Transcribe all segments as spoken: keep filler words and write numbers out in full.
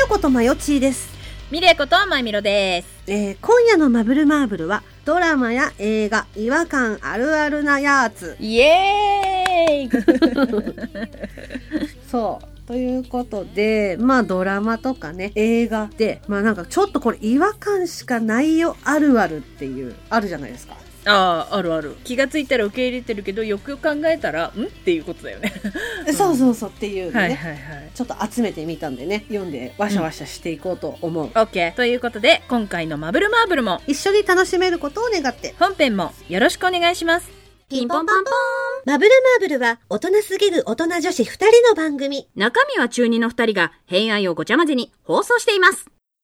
ことまよちーです。 ミレコとまいみろです。 えー、今夜のマブルマーブルはドラマや映画違和感あるあるなやつ。 イエーイそうということで、まあドラマとかね映画でまあなんかちょっとこれ違和感しかないよあるあるっていうあるじゃないですか。 ああ、あるある。気がついたら受け入れてるけどよくよく考えたらんっていうことだよねそうそうそうっていうね、 はいはいはい、 ちょっと集めてみたんでね、読んでワシャワシャしていこうと思う。 オッケーということで、今回のマブルマーブルも一緒に楽しめることを願って本編もよろしくお願いします。 ピンポンパンポーン。マブルマーブルは大人すぎる大人女子ふたりの番組。 中身は中二のふたりが偏愛をごちゃ混ぜに放送しています。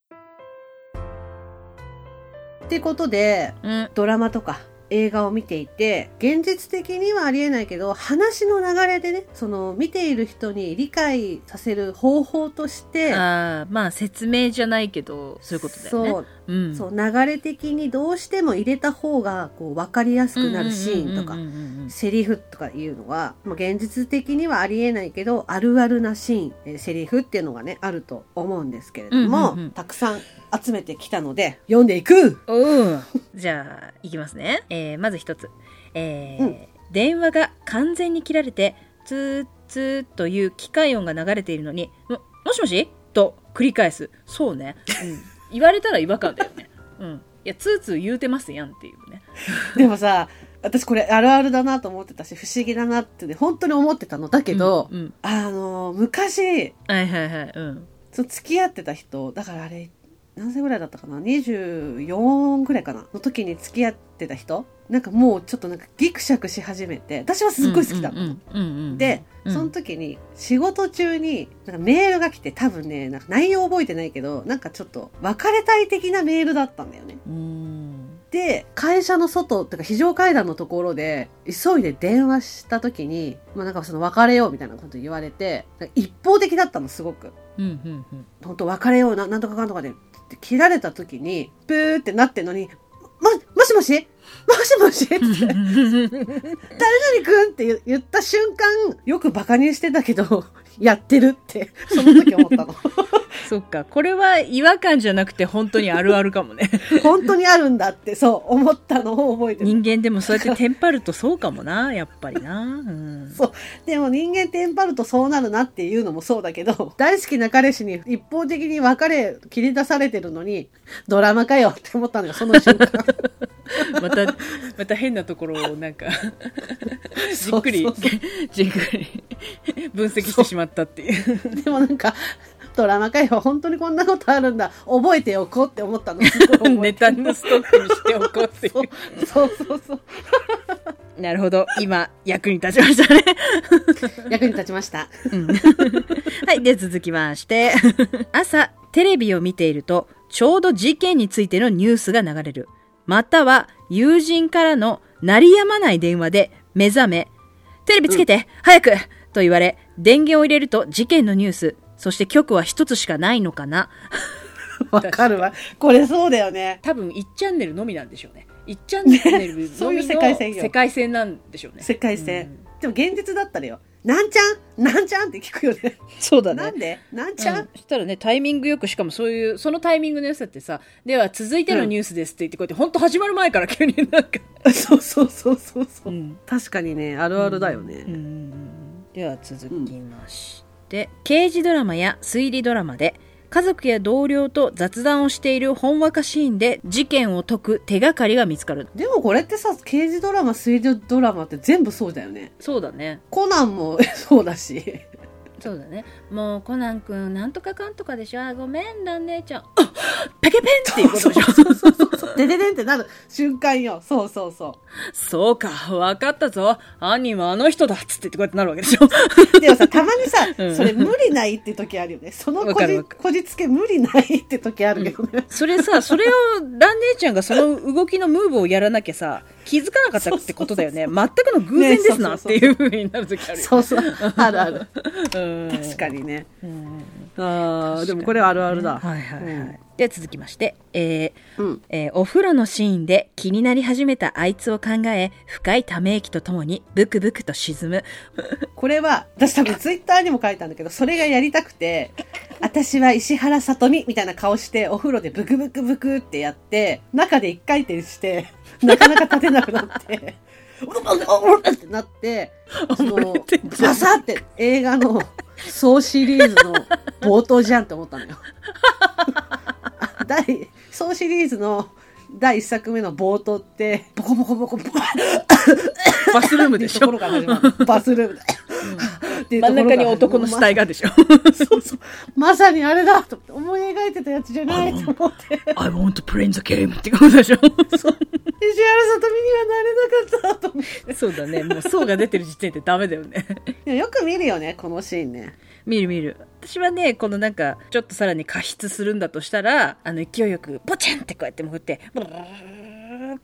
ってことで、うん、ドラマとか映画を見ていて、現実的にはありえないけど話の流れでね、その見ている人に理解させる方法として、 あ、まあ説明じゃないけどそういうことだよね。そう、 うん、そう流れ的にどうしても入れた方がこう分かりやすくなるシーンとかセリフとかいうのは、まあ、現実的にはありえないけどあるあるなシーン、えセリフっていうのがねあると思うんですけれども、うんうんうん、たくさん集めてきたので読んでいく。 おじゃあいきますね。えー、まず一つ、えーうん、電話が完全に切られてツーツーという機械音が流れているのに も, もしもしと繰り返す。そうね、うん、言われたら違和感だよね、うん、いやツーツー言うてますやんっていうねでもさ、私これあるあるだなと思ってたし不思議だなって、ね、本当に思ってたのだけど、うんうん、あの昔、はいはいはい、うん、 その付き合ってた人だからあれ何歳ぐらいだったかな、にじゅうよんぐらいかなの時に付き合ってた人、なんかもうちょっとなんかギクシャクし始めて、私はすっごい好きだったので、その時に仕事中になんかメールが来て、多分ねなんか内容覚えてないけど、なんかちょっと別れたい的なメールだったんだよね。うんで会社の外っていうか非常階段のところで急いで電話した時に、まあ、なんかその別れようみたいなこと言われて、一方的だったのすごく、うんうんうん、本当別れよう な, なんとかかんとかでって切られた時にプーってなってんのに、も, もしもしもしもしって誰々くんって言った瞬間、よくバカにしてたけどやってるってその時思ったのそっか、これは違和感じゃなくて本当にあるあるかもね本当にあるんだってそう思ったのを覚えてる。 人間でもそうやってテンパるとそうかもなやっぱりな、うん、 そうでも人間テンパるとそうなるなっていうのもそうだけど、大好きな彼氏に一方的に別れ切り出されてるのにドラマかよって思ったのがその瞬間またまた変なところをなんかじっくりじっくり分析してしまったっていうでもなんかドラマかよ、本当にこんなことあるんだ、覚えておこうって思ったのネタのストックにしておこうっていうそうそうそうそうなるほど、今役に立ちましたね役に立ちました、 うん、はいで続きまして朝テレビを見ているとちょうど事件についてのニュースが流れる、または友人からの鳴りやまない電話で目覚め、テレビつけて、うん、早くと言われ電源を入れると事件のニュース、そして局は一つしかないのかなわかるわ、これそうだよね。 多分いちチャンネルのみなんでしょうね。いちチャンネルのみのそういう世界線よ、 世界線なんでしょうね。 世界線、うん、でも現実だったらよ、なんちゃんなんちゃんって聞くよね。 そうだね。 なんでなんちゃん、うん、 そしたらねタイミングよく、しかもそういうそのタイミングの良さってさ、では続いてのニュースですって言って、こうやって本当始まる前から急になんかそうそうそうそうそう、うん、確かにねあるあるだよね、うんうん、 では続きまして、うん、刑事ドラマや推理ドラマで家族や同僚と雑談をしているほんわかシーンで事件を解く手がかりが見つかる。 でもこれってさ、刑事ドラマ推理ドラマって全部そうだよね。 そうだね。 コナンもそうだしそうだね。もうコナンくんなんとかかんとかでしょ、あごめんだねちゃん、あペケペンっていうことでしょ。 そうそうそうそうデデデンってなる瞬間よ。そうそうそうそうか、分かったぞ、犯人はあの人だっつってこうやってなるわけでしょでもさ、たまにさ、うん、それ無理ないって時あるよね。そのこじこじつけ無理ないって時あるけどね、うん、 それさ、それをラン姉ちゃんがその動きのムーブをやらなきゃさ気づかなかったってことだよね。全くの偶然ですなっていう風になる時あるよね。 そうそうあるある確かにね、うん、あでもこれはあるあるだ、 はいはいはい、うん、 で続きまして、えーうんえーお風呂のシーンで気になり始めたあいつを考え、深いため息とともにブクブクと沈む。 これは、私多分ツイッターにも書いたんだけど、それがやりたくて、私は石原さとみみたいな顔して、お風呂でブクブクブクってやって、中で一回転して、なかなか立てなくなって、うわっってなって、その、バサって映画の総シリーズの冒頭じゃんって思ったのよ。第、総シリーズの第一作目の冒頭って、ボコボコボコボコ、 バスルームでしょ。 ところから始まる。バスルームで。 うん、真ん中に男の死体がでしょ。 そうそう。まさにあれだと思い描いてたやつじゃないと思って。 I want to play the game ってことでしょ。そう。 石原さとみにはなれなかったと思って。 そうだね。もう層が出てる時点でダメだよね。 よく見るよね、このシーンね。 見る見る。私はね、このなんか、ちょっとさらに加筆するんだとしたら、あの、勢いよく、ボチャンってこうやって潜って、ブルーパー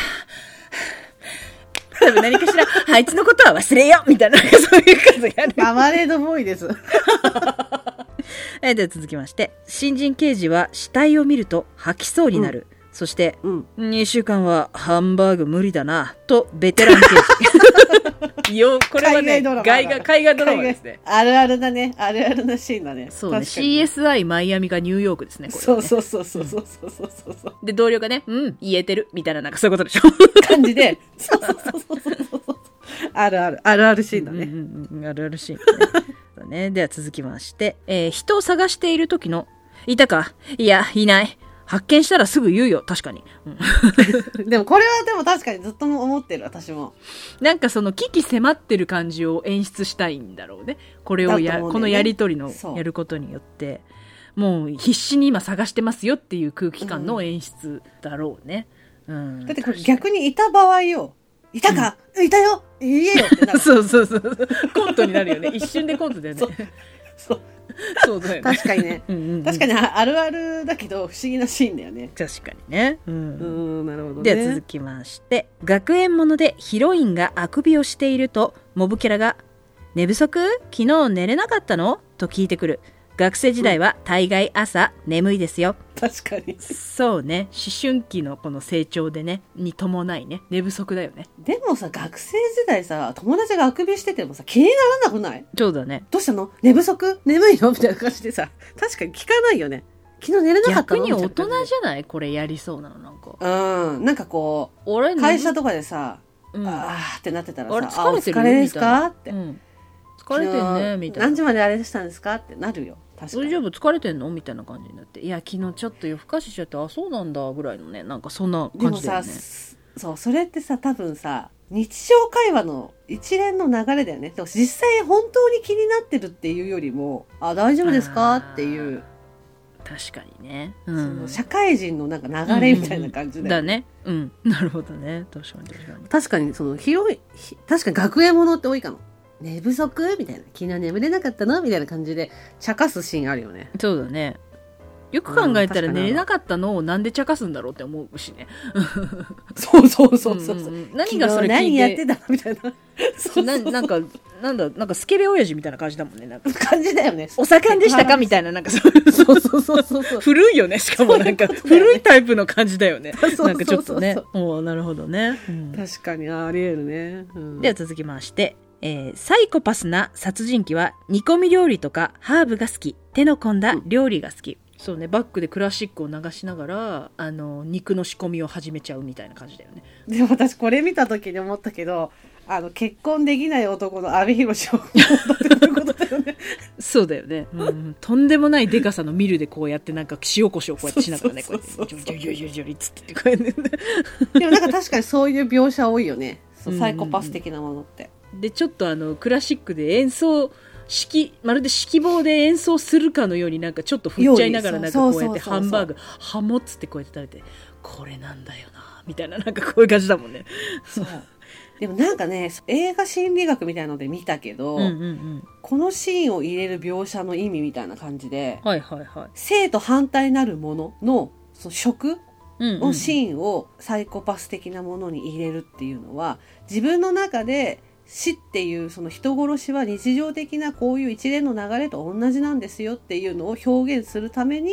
多分何かしら、あいつのことは忘れよみたいな、そういうことやる。 ママレードボーイです。 えでは続きまして、新人刑事は死体を見ると吐きそうになる。うん、そして、うん、にしゅうかんはハンバーグ無理だな、とベテラン刑事。よ、これはね、海外、海外ドラマですね。 あるあるだね。あるあるなシーンだね。 そうね。シーエスアイ マイアミがニューヨークですね、これ、ね。 そうそうそうそうそうそうそうそう。 で、同僚がね、うん、言えてる、みたいな、なんかそういうことでしょ。 感じで。そうそうそうそうそうそう。あるある、あるあるシーンだね。 うんうんうん、あるあるシーンだね。ね、では続きまして、えー、人を探している時の、いたか？いや、いない。発見したらすぐ言うよ、確かに。 うん、でもこれはでも確かにずっと思ってる、私も。 なんかその危機迫ってる感じを演出したいんだろうね。これをや、ね、このやりとりのやることによって、もう必死に今探してますよっていう空気感の演出だろうね。うんうん、 だってこれ逆にいた場合よ。いたか、うん、いたよ言えよってなる。 そうそうそう。コントになるよね。一瞬でコントだよね。そう。 そうそうだよね。 確かにね。うんうんうん、確かにあるあるだけど不思議なシーンだよね。 確かにね。うん。 うん、なるほどね。 では続きまして、学園ものでヒロインがあくびをしていると、モブキャラが、寝不足？昨日寝れなかったの？と聞いてくる。学生時代は大概朝眠いですよ。 確かに。 そうね。思春期のこの成長でね、に伴いね、寝不足だよね。 でもさ、学生時代さ、友達があくびしててもさ、気にならなくない？ そうだね。 どうしたの？寝不足？眠いの？みたいな感じでさ、確かに聞かないよね。昨日寝れなかったの？ 逆に大人じゃない？これやりそうなの、なんか。 うん。なんかこう、俺会社とかでさ、うん、あーってなってたらさ、あ、お疲れですか？って。うん、 疲れてんね、みたいな。 何時まであれしたんですか？ってなるよ。 大丈夫疲れてんのみたいな感じになって、いや昨日ちょっと夜更かししちゃって、あそうなんだぐらいのね、なんかそんな感じだよね。でもさ、 そうそれってさ、多分さ日常会話の一連の流れだよね。でも実際本当に気になってるっていうよりも、あ大丈夫ですかっていう、 確かにね、 うん、その社会人のなんか流れみたいな感じだよね。 うんうんうん、だね、うん、なるほどね、確かに確かに確かにその広い、確かに学園ものって多いかも。寝不足みたいな、昨日眠れなかったのみたいな感じで茶化すシーンあるよね。 そうだね。よく考えたら寝れなかったのをなんで茶化すんだろうって思うしね。 そうそうそうそう、うんうん、 何がそれ聞いて何やってたみたいな。 そうななんかなんだなんかスケベ親父みたいな感じだもんね。なんか感じだよね。 お盛んでしたかみたいな、なんかそうそうそうそうそうそう古いよね。しかもなんか古いタイプの感じだよね。なんかちょっとね。おなるほどね。 うん、確かにありえるね。 うん、では続きまして。えー、サイコパスな殺人鬼は煮込み料理とかハーブが好き、手の込んだ料理が好き、うん、そうね、バックでクラシックを流しながらあの肉の仕込みを始めちゃうみたいな感じだよね。 でも私これ見た時に思ったけど、あの結婚できない男の阿部寛を思ったっていうことだよね。 そうだよね、うん、とんでもないデカさのミルでこうやってなんか塩コショウこうやってしながらね、こうやってジョリジョリジョリジョリっつってこうやってでもなんか確かにそういう描写多いよね、そうサイコパス的なものって。 でちょっとあのクラシックで演奏指揮まるで指揮棒で演奏するかのようになんかちょっと振っちゃいながらなんかこうやってハンバーグハモっつってこうやって食べて、これなんだよなみたいな、なんかこういう感じだもんね。 そうでもなんかね、映画心理学みたいなので見たけど、うんうんうん、このシーンを入れる描写の意味みたいな感じで、 はいはいはい、 性と反対なるもののその食のシーンをサイコパス的なものに入れるっていうのは、自分の中で死っていうその人殺しは日常的なこういう一連の流れと同じなんですよっていうのを表現するために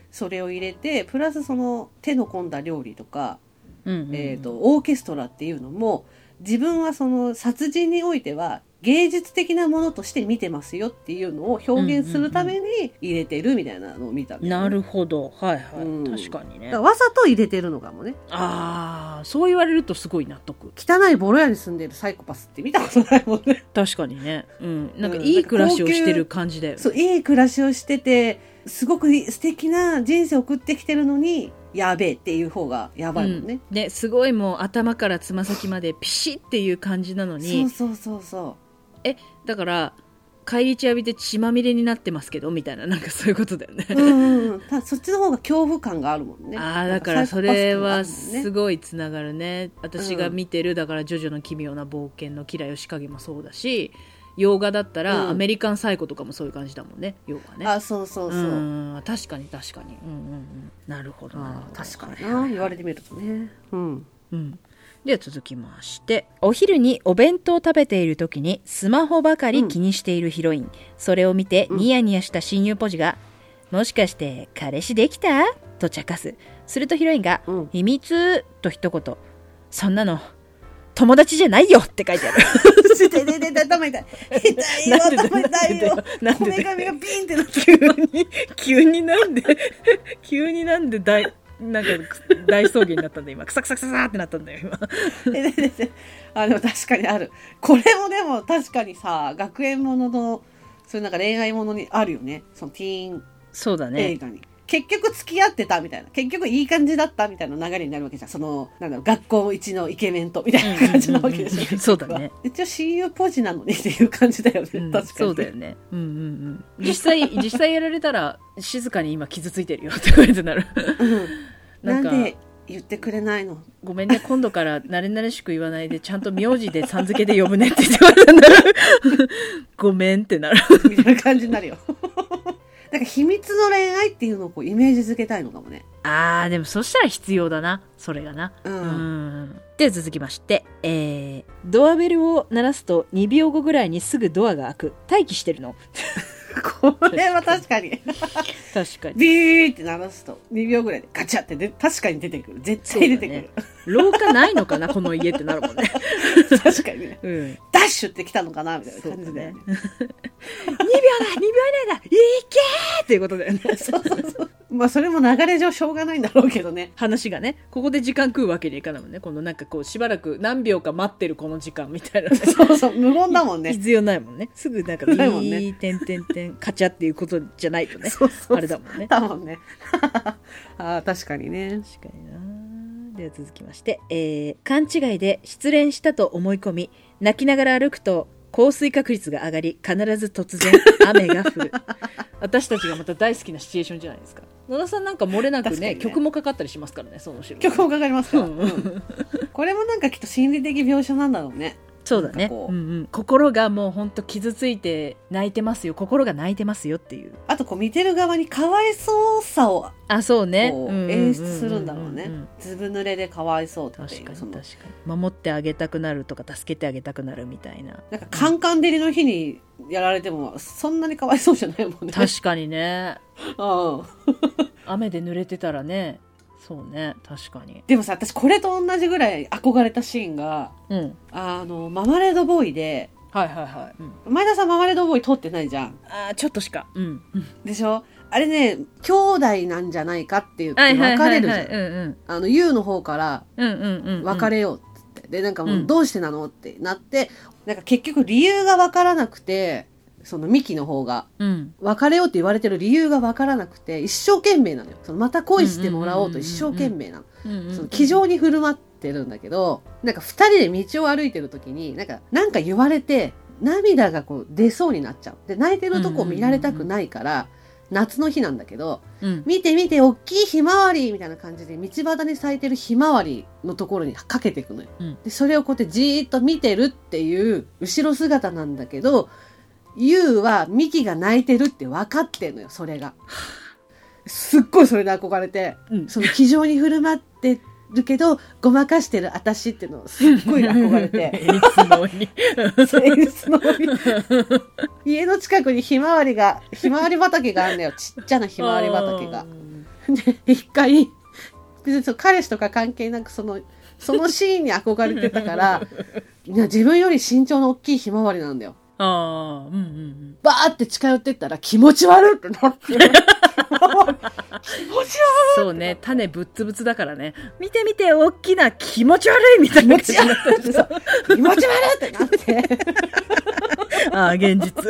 それを入れて、プラスその手の込んだ料理とか、 うんうんうん、 えーと、オーケストラっていうのも、自分はその殺人においては芸術的なものとして見てますよっていうのを表現するために入れてるみたいなのを見たんだよね。 なるほど。はいはい。 うん、 確かにね。 だからわざと入れてるのかもね。 ああ、そう言われるとすごい納得。 汚いボロ屋に住んでるサイコパスって見たことないもんね。 確かにね。うん。なんかいい暮らしをしてる感じだよね。 うん、そう、いい暮らしをしてて、すごく素敵な人生を送ってきてるのに、やべえっていう方がやばいもんね。 うん、ね、すごいもう頭からつま先までピシッっていう感じなのに。 そうそうそうそう。 え、だから返り血浴びて血まみれになってますけどみたいな、なんかそういうことだよね。 うんうん、そっちの方が恐怖感があるもんね。 ああ、だからそれはすごいつながるね。私が見てる、だからジョジョの奇妙な冒険のキラヨシカゲもそうだし、洋画だったら、うん、アメリカンサイコとかもそういう感じだもんね、洋画ね。 あ、そうそうそう。うん、 確かに確かに。うんうんうん。なるほどな。 確かにな。言われてみるとね。うん。 うん。では続きまして、お昼にお弁当を食べている時にスマホばかり気にしているヒロイン、うん、それを見てニヤニヤした親友ポジが、うん、もしかして彼氏できたと茶化す。するとヒロインが、うん、秘密と一言、そんなの友達じゃないよって書いてある。 痛い痛い痛い頭痛い痛いよ頭痛いよ。こめかみがピンってなって急に急になんで急になんで大なんか大草原になったんだ今。クサクサクサーってなったんだよ今。 えでであでも確かにある。これもでも確かにさ、学園もののそういうなんか恋愛ものにあるよね。そのティーンそうだね映画に。結局付き合ってたみたいな、結局いい感じだったみたいな流れになるわけじゃん。そのなんだろう、学校一のイケメンとみたいな感じなわけでしょ、うんうんうん、 そうだね。 一応親友ポジなのにっていう感じだよね、うん、確かに。 そうだよね。うんうんうん。実際実際やられたら静かに今傷ついてるよって感じになる、 うん、なんかなんで言ってくれないの、 ごめんね、今度から慣れ慣れしく言わないでちゃんと名字でさん付けで呼ぶねって言われたんだごめんってなるみたいな感じになるよ。なんか秘密の恋愛っていうのをこうイメージづけたいのかもね。 あーでもそしたら必要だな、それがな。うん、うんでは続きまして、えー、ドアベルを鳴らすとにびょうごぐらいにすぐドアが開く。待機してるのこれは確かに確かにビーって鳴らすとにびょうぐらいでガチャってで確かに出てくる。絶対出てくる、ね、 廊下ないのかなこの家ってなるもんね確かにね、うん、ダッシュって来たのかなみたいな感じで、ね、にびょうだにびょう以内だいけーっていうことだよねそうそうそうまあそれも流れ上しょうがないんだろうけどね、 話がね。ここで時間食うわけにいかないもんね。このなんかこうしばらく何秒か待ってるこの時間みたいな、ね、 そうそう無言だもんね。 必要ないもんね。すぐなんかビーてんてんてんカチャっていうことじゃないとね。そうそうそうあれだもんね。 だもんねあ確かにね。 確かにな。では続きまして、えー、勘違いで失恋したと思い込み泣きながら歩くと降水確率が上がり必ず突然雨が降る私たちがまた大好きなシチュエーションじゃないですか。野田さんなんか漏れなく ね, ね曲もかかったりしますからね。その後ろ曲もかかりますから、うん、これもなんかきっと心理的描写なんだろうね。 そうだね、うんうん、心がもうほんと傷ついて泣いてますよ、心が泣いてますよっていう。 あとこう見てる側にかわいそうさをあそうね演出するんだろうね。ずぶ濡れでかわいそうっていう。 確かに確かに守ってあげたくなるとか助けてあげたくなるみたいな。 なんかカンカン照りの日にやられてもそんなにかわいそうじゃないもんね。 確かにねうん雨で濡れてたらね。そうね確かに。 でもさ私これと同じぐらい憧れたシーンが、 うん、 あのママレードボーイで、 はいはいはい、 うん、前田さんママレードボーイ撮ってないじゃん。 あちょっとしか、うん、 でしょ。あれね兄弟なんじゃないかって言って別れるじゃん。あの ユー の方から別れようって言って、でなんかもうどうしてなのってなって、なんか結局理由が分からなくて、そのミキの方が、うん、別れようって言われてる理由が分からなくて一生懸命なのよ。そのまた恋してもらおうと一生懸命なの。その気丈に振る舞ってるんだけど、なんか二人で道を歩いてる時になんかなんか言われて涙がこう出そうになっちゃう。で泣いてるとこを見られたくないから、夏の日なんだけど、うん、見て見て大きいひまわりみたいな感じで道端に咲いてるひまわりのところにかけていくのよ、うん、でそれをこうやってじーっと見てるっていう後ろ姿なんだけど、ユウはミキが泣いてるって分かってんのよ。それがすっごいそれで憧れて、うん、その気丈に振る舞ってるけどごまかしてる私っていうのをすっごい憧れて演出のに演出のに家の近くにひまわりがひまわり畑があるんだよ。ちっちゃなひまわり畑がで一回別にその彼氏とか関係なくそのそのシーンに憧れてたからいや自分より身長の大きいひまわりなんだよ。 ああ、うんうんうん。 バーって近寄ってったら気持ち悪ってなって。気持ち悪い。 そうね、種ぶっつぶつだからね。見て見て、大きな気持ち悪いみたいな。 気持ち悪いってさ、気持ち悪いってなって。 ああ、現実。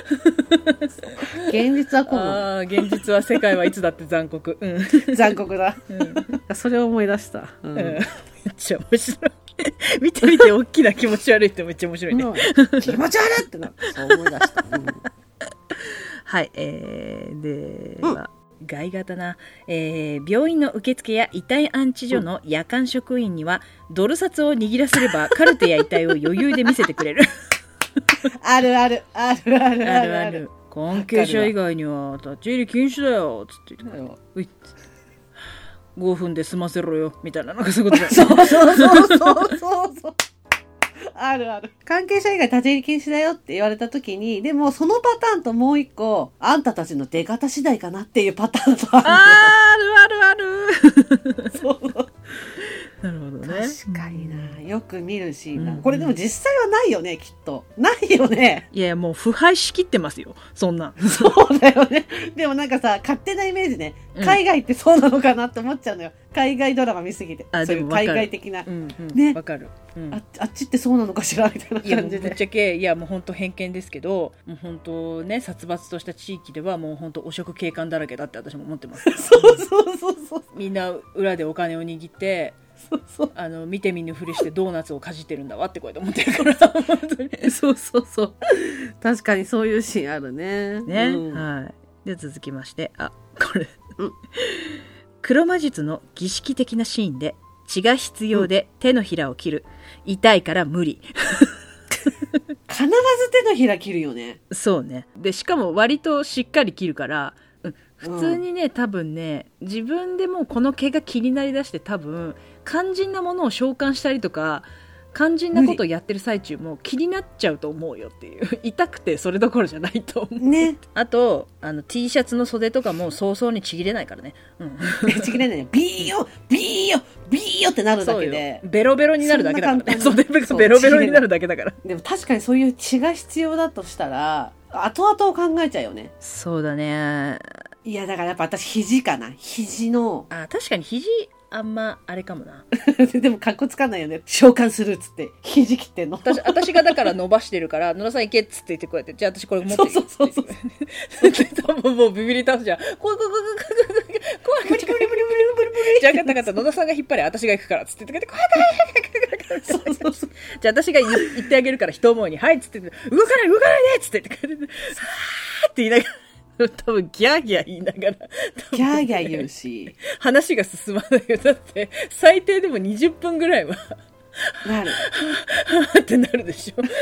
現実はこう。 ああ、現実は世界はいつだって残酷。 うん、残酷だ、うん。それを思い出した。うん、 めっちゃ面白い。見て見て大きな気持ち悪いってめっちゃ面白いね。 うん、気持ち悪いってなそう思い出した。うん、 はい、えー、では、うん、外型な、えー、病院の受付や遺体安置所の夜間職員には、うん、ドル札を握らせればカルテや遺体を余裕で見せてくれる。 あるあるあるあるあるある。 関係者以外には立ち入り禁止だよつって言って、ういっごふんで済ませろよみたいな、なんかそういうことだよ。 そうそうそうそうそうそう。あるある。関係者以外立ち入り禁止だよって言われた時に、でもそのパターンともう一個、あんたたちの出方次第かなっていうパターンとある。 あるあるある。そう。なるほどね。 確かにな。よく見るシーンだ、うん。これでも実際はないよね、きっと。ないよね。 いや、もう腐敗しきってますよ。そんな。 そうだよね。でもなんかさ、勝手なイメージね。海外ってそうなのかなって思っちゃうのよ。海外ドラマ見すぎて。あ、そういう海外的な。 うんうん、 ね。 わかる、うん、 あ。あっちってそうなのかしらみたいな感じで。 いや、ぶっちゃけ、いや、もう本当偏見ですけど、もう本当ね、殺伐とした地域ではもう本当汚職警官だらけだって私も思ってます。 そうそうそうそう。 みんな裏でお金を握って、 そうそう、 あの見て見ぬふりしてドーナツをかじってるんだわってこうやって思ってるから本当にそうそうそう、確かにそういうシーンあるね。 ね、うん、はい。で続きまして、あ、これ、うん、黒魔術の儀式的なシーンで血が必要で手のひらを切る、うん、痛いから無理。 必ず手のひら切るよね。 そうね。でしかも割としっかり切るから、普通にね、多分ね、自分でもこの毛が気になりだして、多分肝心なものを召喚したりとか肝心なことをやってる最中も気になっちゃうと思うよっていう、痛くてそれどころじゃないと思うね。 あとあの T シャツの袖とかも早々にちぎれないからね、うん、 ちぎれないね。ビーヨビーヨビーヨってなるだけでベロベロになるだけだからね。袖がベロベロになるだけだから。 でも確かにそういう血が必要だとしたら後々を考えちゃうよね。 そうだね。 いやだからやっぱ私肘かな。肘のあ、確かに肘あんまあれかもな。 でもかっこつかないよね。召喚するっつって肘切ってんの。 私, 私がだから伸ばしてるから野田さん行けっつって言ってこうやって、じゃあ私これ持っていいそうそうそうそう。もうビビり倒すじゃん。怖い怖い怖い怖い怖い怖い怖い怖い怖い怖い怖い。じゃあ分かった分かった、野田さんが引っ張れ私が行くからっつって言って怖い怖い怖い怖い怖い。そうそうそう。じゃあ私が言ってあげるから一思いにはいっつって動かない動かないでっつって言ってさーって言いながら。多分ギャーギャー言いながらギャーギャー言うし話が進まないよ。だって最低でもにじゅっぷんぐらいはなるってなるでしょ。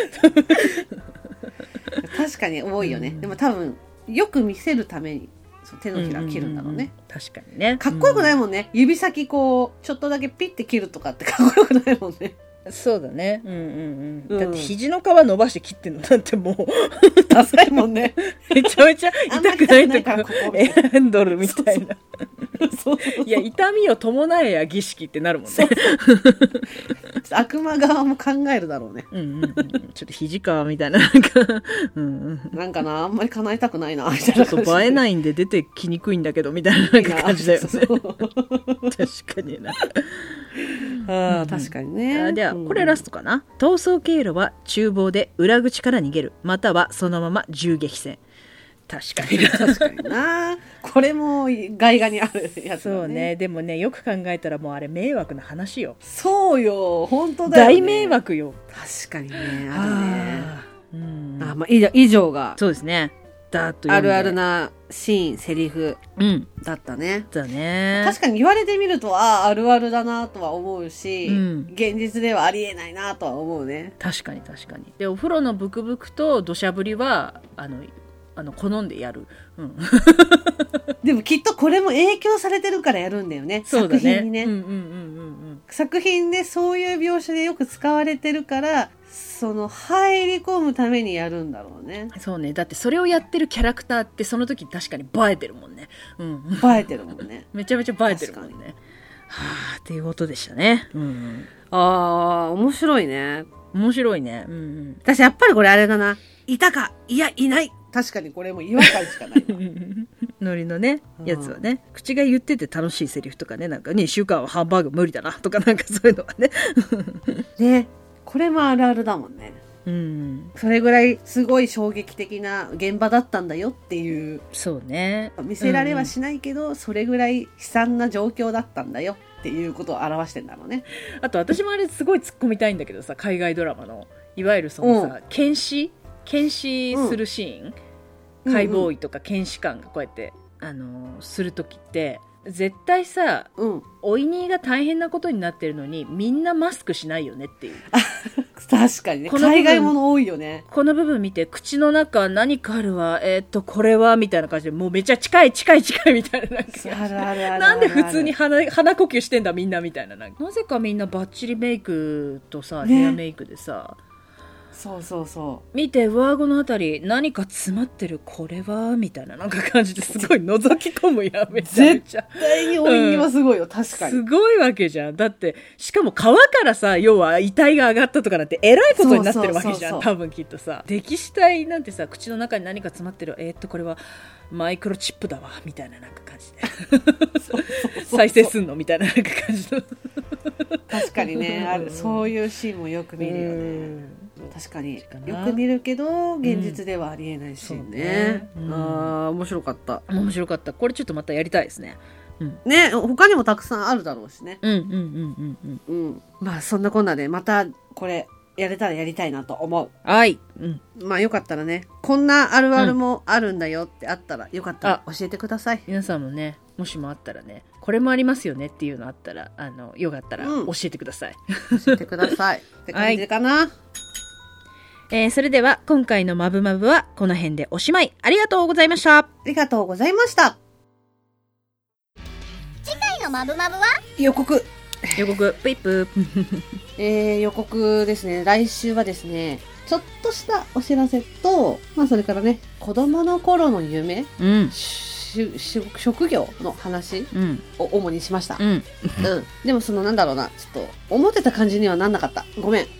確かに多いよね、うん、でも多分よく見せるために手のひら切るんだろうね、うんうんうん、 確かにね。 かっこよくないもんね、うん、指先こうちょっとだけピッて切るとかってかっこよくないもんね。 そうだね。うんうんうん。だって肘の皮伸ばして切ってんのなんてもうダサいもんね。 めちゃめちゃ痛くないとかエンドルみたいな。 そうそうそう。 いや痛みを伴えや儀式ってなるもんね。そう悪魔側も考えるだろうね。 うんうんうん。ちょっと肘かみたいななんか、うんうん、 なんかなあんまり叶えたくないなみたいな。 ちょっと映えないんで出てきにくいんだけどみたいななんか感じだよね。確かにな。 あ、確かにね。 あ、ではこれラストかな、うん、逃走経路は厨房で裏口から逃げる、またはそのまま銃撃戦。確かに確かにな。これも外画にあるやつだね。 そうね。でもねよく考えたらもうあれ迷惑な話よ。 そうよ、本当だよね。 大迷惑よ。 確かにね、あるね。 あ、うん、 あ、まあ、以上がそうですね。だとあるあるなシーン、セリフだったね、 うん、だね。 確かに言われてみるとああるあるだなとは思うし、うん、現実ではありえないなとは思うね。 確かに確かに。でお風呂のブクブクと土砂降りはあのあの好んでやる、うん、 でもきっとこれも影響されてるからやるんだよね。 そうだね。 作品にね、 うんうんうんうん、 作品でそういう描写でよく使われてるから、その入り込むためにやるんだろうね。 そうね。だってそれをやってるキャラクターってその時確かに映えてるもんね。うん。 映えてるもんね。 めちゃめちゃ映えてるもんね。はあ、っていうことでしたね。うん、うん。 ああ、面白いね。 面白いね。うんうん。 私やっぱりこれあれだな。いたか、いや、いない。確かにこれも違和感しかない。 ノリのね、やつはね、口が言ってて楽しいセリフとかね、なんかにしゅうかんはハンバーグ無理だなとかなんかそういうのはね。 ね、これもあるあるだもんね。 うん。 それぐらいすごい衝撃的な現場だったんだよっていう。 そうね。 見せられはしないけど、うん、それぐらい悲惨な状況だったんだよっていうことを表してんだろうね。 あと私もあれすごい突っ込みたいんだけどさ、海外ドラマのいわゆるそのさ、うん、検視検視するシーン、うん、解剖医とか検視官がこうやって、あのー、するときって絶対さ、うん、おいにが大変なことになってるのにみんなマスクしないよねっていう。 確かにね、海外もの多いよね。 この部分見て口の中何かあるわ、えー、っとこれはみたいな感じでもうめっちゃ近い近い近いみたいな、なんかあるあるある、 なんで普通に 鼻, 鼻呼吸してんだみんなみたいな、なんかなぜかみんなバッチリメイクとさ、ね、ヘアメイクでさ、 そうそうそう、 見て上顎のあたり何か詰まってる、これはみたいななんか感じですごい覗き込むやめちゃめちゃ絶対においにはすごいよ、うん、確かにすごいわけじゃん。だってしかも皮からさ、要は遺体が上がったとかなんてえらいことになってるわけじゃん。多分きっとさ、溺死体なんてさ、口の中に何か詰まってる、えー、っとこれはマイクロチップだわみたいななんか感じでそうそうそうそう再生すんのみたいななんか感じの確かにね、ある、そういうシーンもよく見るよね。確かによく見るけど現実ではありえないシーンね、うん、ああ面白かった、 面白かった。これちょっとまたやりたいですね、うん、 ね、他にもたくさんあるだろうしね。 うんうんうんうんうん、うん、 まあそんなこんなでまたこれやれたらやりたいなと思う。 はい、うん、 まあよかったらね、こんなあるあるもあるんだよってあったら、よかったら教えてください。 皆さんもね、もしもあったらね、これもありますよねっていうのあったら、あのよかったら教えてください、 うん、教えてくださいって感じかな、はい。 えー、それでは今回のマブマブはこの辺でおしまい。ありがとうございました。 ありがとうございました。 次回のマブマブは予告予告プイプえー、予告ですね。来週はですね、ちょっとしたお知らせと、まあそれからね、子供の頃の夢、 うん、 しし職業の話を主にしました、 うんうん、 でもそのなんだろうな、ちょっと思ってた感じにはなんなかった。ごめん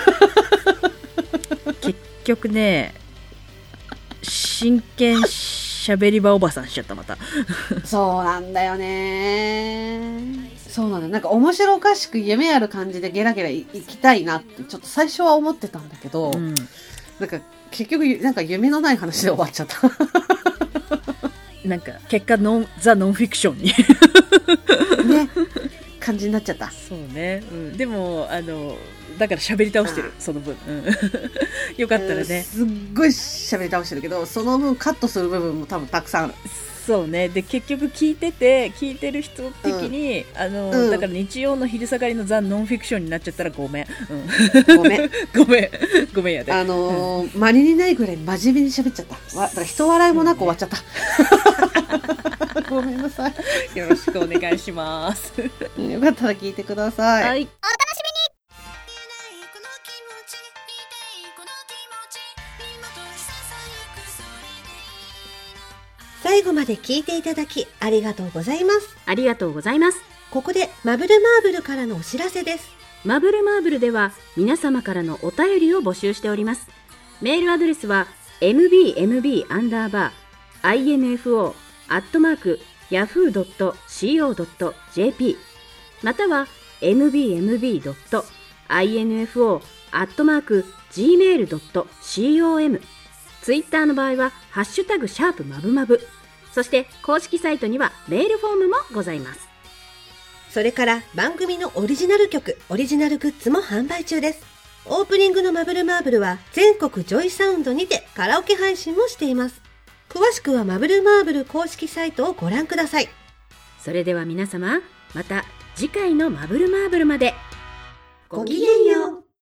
結局ね、真剣喋り場おばさんしちゃったまたそうなんだよね。そうなんだよ。なんか面白おかしく夢ある感じでゲラゲラいきたいなってちょっと最初は思ってたんだけど、うん、なんか結局なんか夢のない話で終わっちゃったなんか結果ノンザ・ノンフィクションにね感じになっちゃった。 そうね、うん、でもあのだから喋り倒してるその分、うん、よかったらね、 すっごい喋り倒してるけど、その分カットする部分も多分たくさんある。 そうね。で結局聞いてて聞いてる人的に、うん、あの、うん、だから日曜の昼下がりのザ・ノンフィクションになっちゃったらごめん、 うん、ごめんごめんごめんやで、 あのー、まりにないぐらい真面目に喋っちゃった。わだから人笑いもなく終わっちゃった、うんね、ごめんなさい。 よろしくお願いしますよかったら聞いてください。 はい、お楽しみに。 最後まで聞いていただきありがとうございます。 ありがとうございます。 ここでマブルマーブルからのお知らせです。 マブルマーブルでは皆様からのお便りを募集しております。メールアドレスは エムビーエムビー アンダーバー アイエヌエフオー アットマーク ヤフー ドット シーオー ドット ジェーピー または エムビーエムビー アイエヌエフオー アットマーク ジーメール ドット コム ツイッターの場合はハッシュタグシャープマブマブ、そして公式サイトにはメールフォームもございます。 それから番組のオリジナル曲、オリジナルグッズも販売中です。オープニングのマブルマーブルは全国ジョイサウンドにてカラオケ配信もしています。詳しくはマブルマーブル公式サイトをご覧ください。 それでは皆様、また次回のマブルマーブルまでごきげんよう。